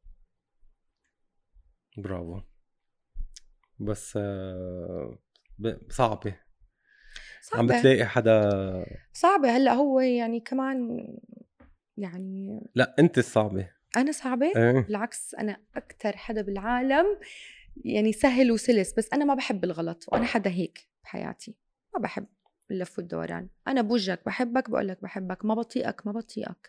برافو. بس آه، ب- صعبة. عم صعبة بتلاقي حدا؟ صعبة. هلأ هو يعني كمان يعني لا أنت الصعبة. أنا صعبة. ايه بالعكس أنا أكتر حدا بالعالم يعني سهل وسلس، بس أنا ما بحب الغلط، وأنا حدا هيك بحياتي، ما بحب اللف والدوران. أنا بوجهك بحبك، بقولك بحبك، ما بطيئك ما بطيئك،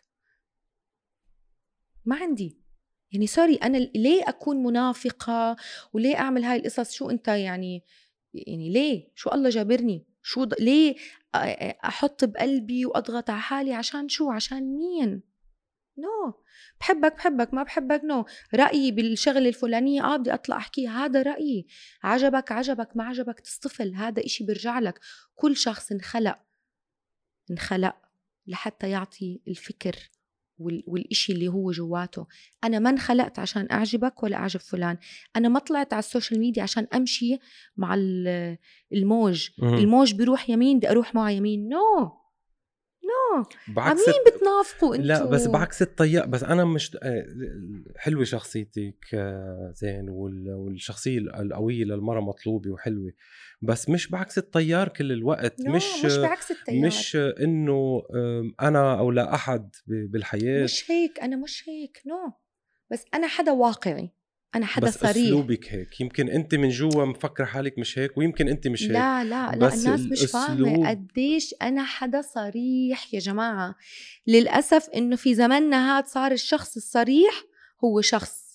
ما عندي يعني سوري. أنا ليه أكون منافقة وليه أعمل هاي القصص؟ شو أنت يعني يعني ليه؟ شو الله جابرني؟ شو ض... ليه أ- أحط بقلبي وأضغط على حالي عشان شو؟ عشان مين؟ نو no. بحبك بحبك، ما بحبك نو no. رأيي بالشغلة الفلانية آه بدي أطلع أحكي، هذا رأيي. عجبك عجبك، ما عجبك تصطفل، هذا إشي برجع لك. كل شخص انخلق انخلق لحتى يعطي الفكر وال... والإشي اللي هو جواته. أنا ما انخلقت عشان أعجبك ولا أعجب فلان. أنا ما طلعت على السوشيال ميديا عشان أمشي مع الموج. مهم. الموج بيروح يمين بدي أروح معه يمين. نو no. نو no. بعكس عمين الت... بتنافقوا لا بس انتوا. بعكس الطيار. بس انا مش آه، حلوه شخصيتك آه، زين، وال... والشخصيه القويه للمرة مطلوبه وحلوه، بس مش بعكس الطيار كل الوقت. لا مش مش بعكس التيار. مش انه آم، انا او لا احد ب- بالحياه. مش هيك، أنا مش هيك نو no. بس أنا حدا واقعي. أنا حدا بس صريح. أسلوبك هيك، يمكن أنت من جوا مفكرة حالك مش هيك، ويمكن أنت مش هيك. لا لا لا، بس الناس مش فاهمة قديش أنا حدا صريح يا جماعة. للأسف إنه في زمننا هاد صار الشخص الصريح هو شخص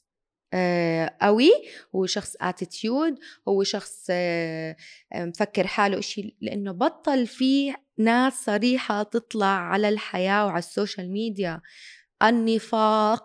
آه قوي، هو شخص اتيتيود، هو شخص آه مفكر حاله إشي، لأنه بطل في ناس صريحة تطلع على الحياة وعلى السوشيال ميديا. النفاق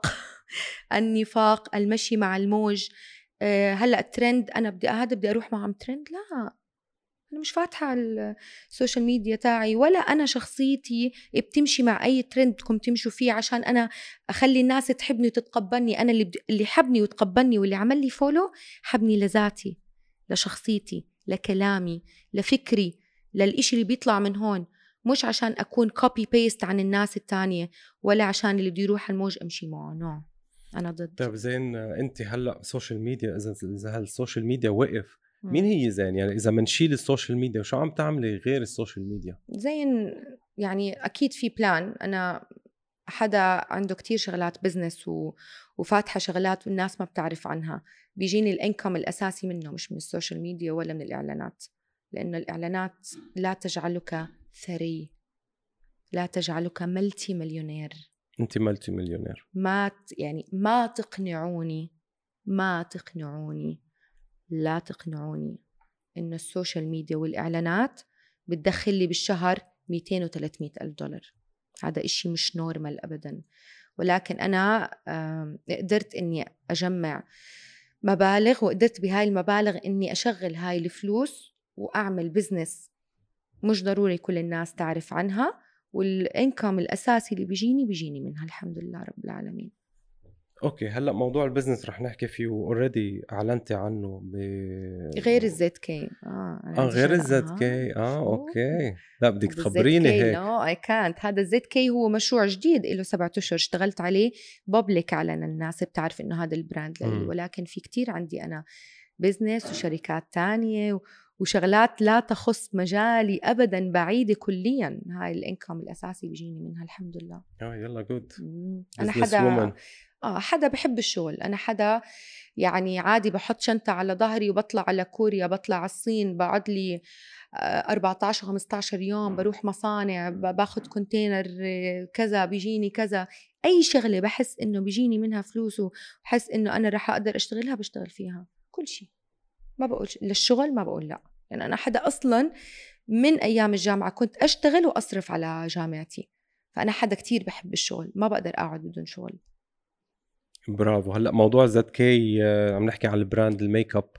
النفاق، المشي مع الموج. أه هلأ الترند، أنا بدي هذا بدي أروح معهم ترند. لا، أنا مش فاتحة على السوشيال ميديا تاعي، ولا أنا شخصيتي بتمشي مع أي ترند بدكم تمشوا فيه عشان أنا أخلي الناس تحبني وتتقبلني. أنا اللي, بدي اللي حبني وتقبلني واللي عمل لي فولو حبني لذاتي، لشخصيتي، لكلامي، لفكري، للإشي اللي بيطلع من هون، مش عشان أكون كوبي بيست عن الناس التانية، ولا عشان اللي بده يروح الموج أمشي معه. نو، أنا ضد. طيب زين، أنت هلأ سوشيال ميديا، إذا إذا هالسوشيال ميديا وقف، مين هي زين؟ يعني إذا منشيل السوشيال ميديا وشو عم تعملي غير السوشيال ميديا؟ زين يعني أكيد في بلان. أنا حدا عنده كتير شغلات بزنس و... وفاتحة شغلات والناس ما بتعرف عنها، بيجيني الانكم الأساسي منه، مش من السوشيال ميديا ولا من الإعلانات، لأنه الإعلانات لا تجعلك ثري، لا تجعلك ملتي مليونير. أنت ملتي مليونير. ما ت... يعني ما تقنعوني ما تقنعوني لا تقنعوني إنه السوشيال ميديا والإعلانات بتدخل لي بالشهر مئتين وثلاثمئة ألف دولار. هذا إشي مش نورمال أبدا. ولكن أنا قدرت إني أجمع مبالغ، وقدرت بهاي المبالغ إني أشغل هاي الفلوس وأعمل بزنس مش ضروري كل الناس تعرف عنها، والإنكم الأساسي اللي بيجيني بيجيني منها الحمد لله رب العالمين. اوكي، هلا موضوع البزنس رح نحكي فيه، اوريدي اعلنتي عنه ب غير الزد كي. اه انا اه عندي غير شغلة. الزد آه. كي. اه شو؟ اوكي، لا بدك هذا تخبريني كي هيك. نو اي كانت. هذا الزد كي هو مشروع جديد له سبعة اشهر اشتغلت عليه بابليك، على الناس بتعرف انه هذا البراند لي. ولكن في كتير عندي انا بزنس وشركات تانية وشغلات لا تخص مجالي ابدا، بعيدة كليا. هاي الانكم الاساسي بيجيني منها الحمد لله. اه يلا جود. انا حدا اه حدا بحب الشغل. انا حدا يعني عادي بحط شنطة على ظهري وبطلع على كوريا، بطلع على الصين، بقعد لي أربعة عشر خمسة عشر يوم، بروح مصانع، باخد كونتينر كذا بيجيني كذا. أي شغلة بحس إنه بيجيني منها فلوس وحس إنه أنا رح أقدر أشتغلها بشتغل فيها. كل شيء ما بقول للشغل ما بقول لا. يعني أنا حدا أصلا من أيام الجامعة كنت أشتغل وأصرف على جامعتي، فأنا حدا كتير بحب الشغل، ما بقدر أقعد بدون شغل. برافو. هلا موضوع زد كي، آه عم نحكي عن البراند الميك اب،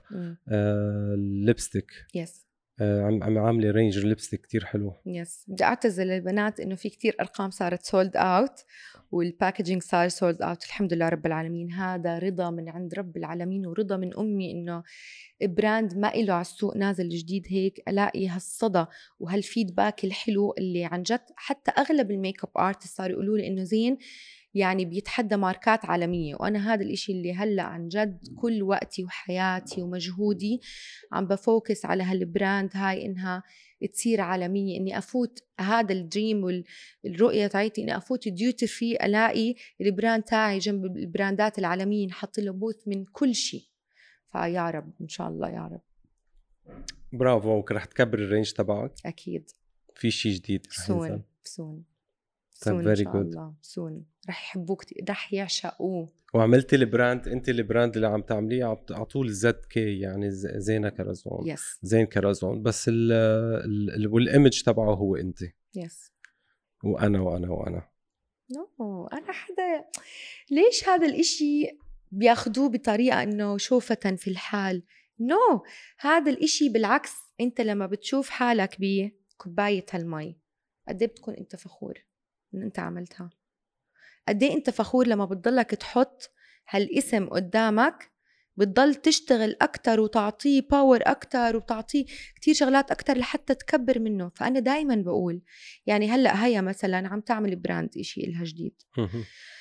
آه الليبستيك. يس. آه عم عم عامله رينج الليبستيك كتير حلو. يس. بدي اعتذر للبنات انه في كتير ارقام صارت سولد اوت والباكجينج صار سولد اوت. الحمد لله رب العالمين، هذا رضا من عند رب العالمين ورضا من امي انه براند ما إله على السوق نازل جديد هيك الاقي هالصدى وهالفيدباك الحلو اللي عن جد. حتى اغلب الميك اب ارتست صاروا يقولوا لي انه زين يعني بيتحدى ماركات عالمية. وأنا هذا الإشي اللي هلأ عن جد كل وقتي وحياتي ومجهودي عم بفوكس على هالبراند هاي إنها تصير عالمية. إني أفوت هذا الدريم والرؤية تاعتي إني أفوت ديوتي فيه ألاقي البراند تاعي جنب البراندات العالمية نحط له بوث من كل شيء. فيا رب إن شاء الله يا رب. برافو. رح تكبر الرينج تبعك أكيد. في شيء جديد رح ينزل سون سون إن شاء الله. سون رح يحبوك، رح يعشقوه. وعملتي البراند، انت البراند اللي عم تعمليه على طول زد كي، يعني زينة كرزون. yes. زين كرزون، بس ال ال والايمج تبعه هو انت. يس. وانا وانا وانا نو no. انا حدا ليش هذا الاشي بياخدوه بطريقة انه شوفة في الحال؟ نو no. هذا الاشي بالعكس، انت لما بتشوف حالك بكوباية هالمي قد ايه بتكون انت فخور ان انت عملتها. قد ايه انت فخور لما بتضلك تحط هالاسم قدامك، بتضل تشتغل اكتر وتعطيه باور اكتر وتعطيه كتير شغلات اكتر لحتى تكبر منه. فانا دايما بقول يعني هلأ هيا مثلا عم تعمل براند اشي إلها جديد،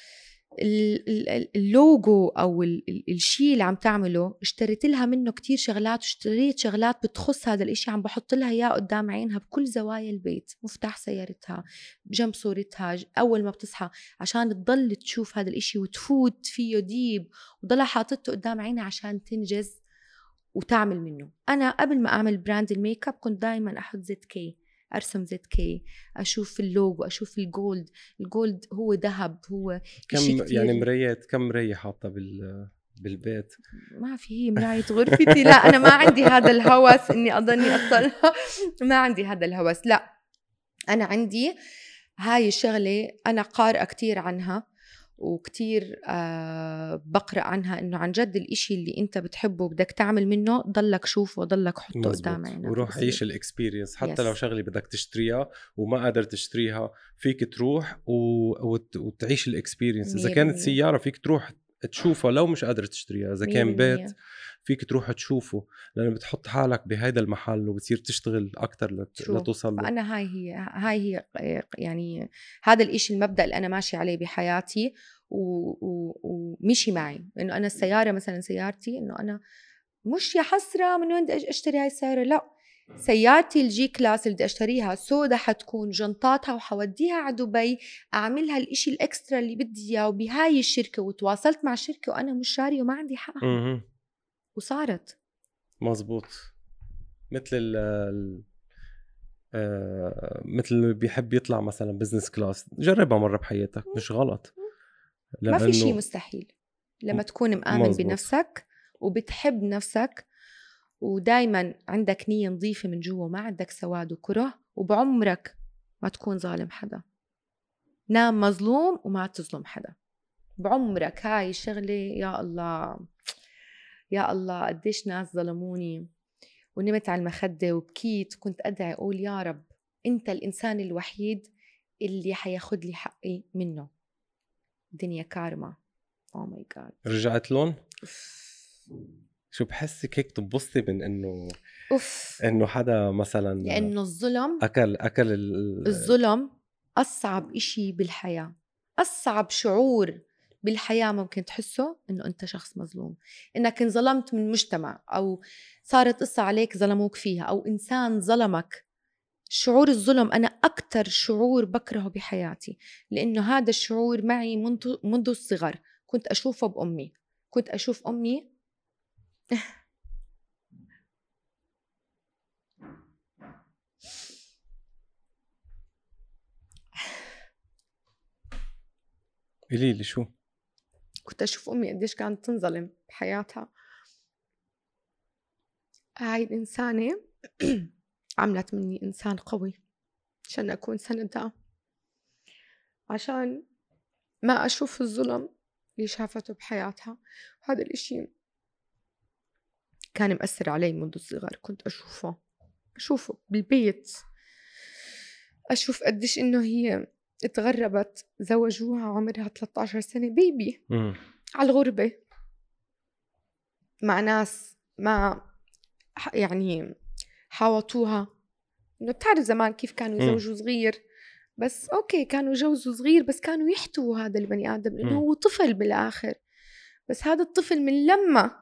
اللوجو او الشيء اللي عم تعمله اشتريت لها منه كتير شغلات، واشتريت شغلات بتخص هذا الاشي عم بحط لها اياه قدام عينها بكل زوايا البيت، مفتاح سيارتها بجنب صورتها اول ما بتصحى، عشان تضل تشوف هذا الاشي وتفوت فيه ديب، وضلها حاطته قدام عينها عشان تنجز وتعمل منه. انا قبل ما اعمل براند الميك اب كنت دائما احط زيت كي، ارسم زيت كي، اشوف اللوجو، اشوف الجولد. الجولد هو ذهب، هو كم يعني مرايات، كم مرايه حاطه بال بالبيت؟ ما في، هي مراية غرفتي. لا انا ما عندي هذا الهوس اني اضلني اطلع ما عندي هذا الهوس. لا انا عندي هاي الشغله، انا قارئه كتير عنها وكتير آه بقرأ عنها، إنه عن جد الإشي اللي أنت بتحبه بدك تعمل منه ضلك شوفه وضلك حطه قدام عينك وروح عيش الإكسبيرينس. حتى yes. لو شغلة بدك تشتريها وما قادر تشتريها فيك تروح و... وت... وتعيش الإكسبيرينس. إذا كانت سيارة فيك تروح تشوفها لو مش قادر تشتريها. إذا كان بيت فيك تروح تشوفه، لأنه بتحط حالك بهيدا المحل وبتصير تشتغل أكتر لت... لتوصل له. فأنا هاي هي هاي هي يعني هذا الإشي المبدأ اللي أنا ماشي عليه بحياتي ومشي معي. إنه أنا السيارة مثلا سيارتي، إنه أنا مش يا حسرة من وين بدي أشتري هاي السيارة، لا، سيارتي الجي كلاس اللي بدي أشتريها سودا حتكون جنطاتها، وحوديها على دبي أعملها الإشي الإكسترا اللي بدي إياه وبهاي الشركة، وتواصلت مع الشركة وأنا مش شاري وما عندي حقها وصارت مزبوط. مثل ال آه مثل اللي بيحب يطلع مثلا بزنس كلاس، جربها مرة بحياتك، مش غلط. ما في شيء مستحيل لما تكون مآمن مزبوط. بنفسك وبتحب نفسك، ودايما عندك نية نظيفة من جوا، ما عندك سواد وكره، وبعمرك ما تكون ظالم حدا. نام مظلوم وما تظلم حدا بعمرك. هاي الشغلة يا الله يا الله قديش ناس ظلموني ونمت على المخدة وبكيت، كنت أدعي أقول يا رب أنت الإنسان الوحيد اللي حياخد لي حقي منه. دنيا كارما. أوه ماي جاد. رجعت لون شو بحسك هيك تبصي من إنه أوف إنه حدا مثلا، لأنه الظلم أكل أكل ال... الظلم أصعب إشي بالحياة. أصعب شعور بالحياة ممكن تحسه إنه أنت شخص مظلوم، إنك انظلمت من مجتمع، أو صارت قصة عليك ظلموك فيها، أو إنسان ظلمك. شعور الظلم أنا أكتر شعور بكرهه بحياتي، لأنه هذا الشعور معي منذ منذ الصغر. كنت أشوفه بأمي، كنت أشوف أمي قولي لي شو. كنت أشوف أمي قديش كانت تنظلم بحياتها. هاي الإنسانة عملت مني إنسان قوي عشان أكون سندها، عشان ما أشوف الظلم اللي شافته بحياتها. هذا الإشي كان مأثر علي منذ الصغر. كنت أشوفه أشوفه بالبيت، أشوف قديش إنه هي اتغربت، زوجوها عمرها ثلاثة عشر سنة بيبي م. على الغربة مع ناس ما يعني حاوطوها. إنه بتعرف زمان كيف كانوا يزوجوا صغير، بس أوكي كانوا يجوزوا صغير بس كانوا يحتووا هذا البني آدم لأنه هو طفل بالآخر. بس هذا الطفل من لما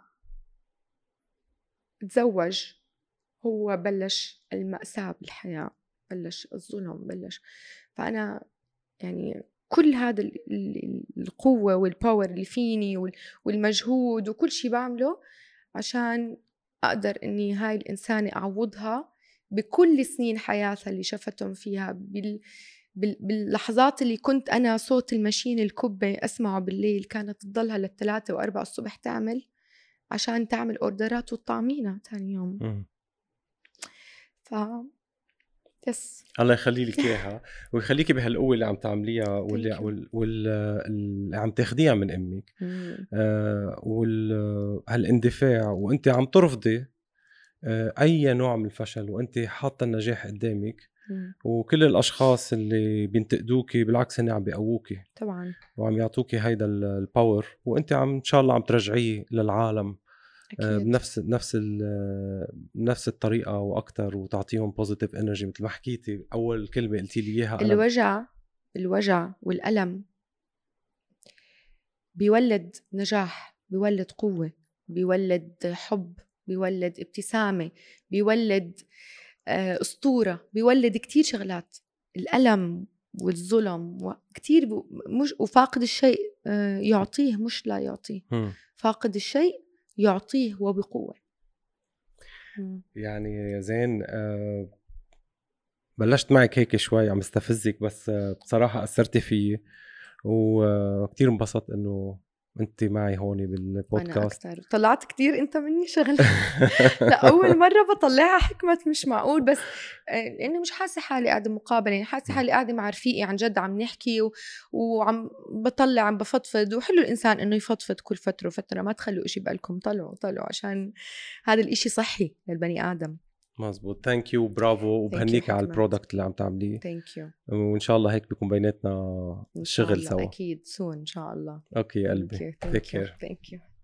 تزوج هو بلش المأساة بالحياة، بلش الظلم، بلش. فأنا يعني كل هذا القوة والباور اللي فيني والمجهود وكل شي بعمله عشان أقدر أني هاي الإنسانة أعوضها بكل سنين حياتها اللي شفتهم فيها، بال باللحظات اللي كنت أنا صوت الماشين الكبة أسمعه بالليل كانت تضلها للثلاثة وأربعة الصبح تعمل عشان تعمل أوردرات وطعمينة تاني يوم. م. ف يس الله يخلي لك إياها ويخليكي بهالقوة اللي عم تعمليها واللي وال... وال... اللي عم تاخديها من أمك آه وال هالاندفاع، وأنت عم ترفضي آه أي نوع من الفشل، وأنت حاطة النجاح قدامك. مم. وكل الأشخاص اللي بينتقدوكي بالعكس هن عم بيقووكي طبعا وعم يعطوكي هيدا الباور، وأنت عم إن شاء الله عم ترجعيه للعالم أكيد. بنفس نفس نفس الطريقه واكثر، وتعطيهم بوزيتيف انرجي مثل ما حكيتي اول كلمه قلتي لي اياها. الوجع الوجع والالم بيولد نجاح، بيولد قوة، بيولد حب، بيولد ابتسامة، بيولد أسطورة، بيولد كتير شغلات. الألم والظلم وكتير مش وفاقد الشيء يعطيه مش لا يعطيه. م. فاقد الشيء يعطيه وبقوة. م. يعني يا زين أه بلشت معك هيك شوي عم استفزك، بس بصراحة أثرتي فيي وكتير انبسطت إنه أنت معي هون بالبودكاست. أنا أكتر طلعت كتير أنت مني شغل. لا أول مرة بطلعها حكمة مش معقول، بس لأنه مش حاسة حالي قاعدة مقابلة، يعني حاسة حالي قاعدة مع رفيقي عن جد عم نحكي و... وعم بطلع عم بفضفض. وحلو الإنسان إنه يفضفض كل فترة وفترة، ما تخلوا إشي بقلكم، طلعوا طلعوا عشان هذا الإشي صحي للبني آدم. مزبوط. ثانك يو برافو، وبهنيك على البرودكت اللي عم تعمليه. ثانك يو، وإن شاء الله هيك بيكون بيناتنا شغل سوا. أكيد سون إن شاء الله. أوكي قلبي. ثانك يو ثانك يو.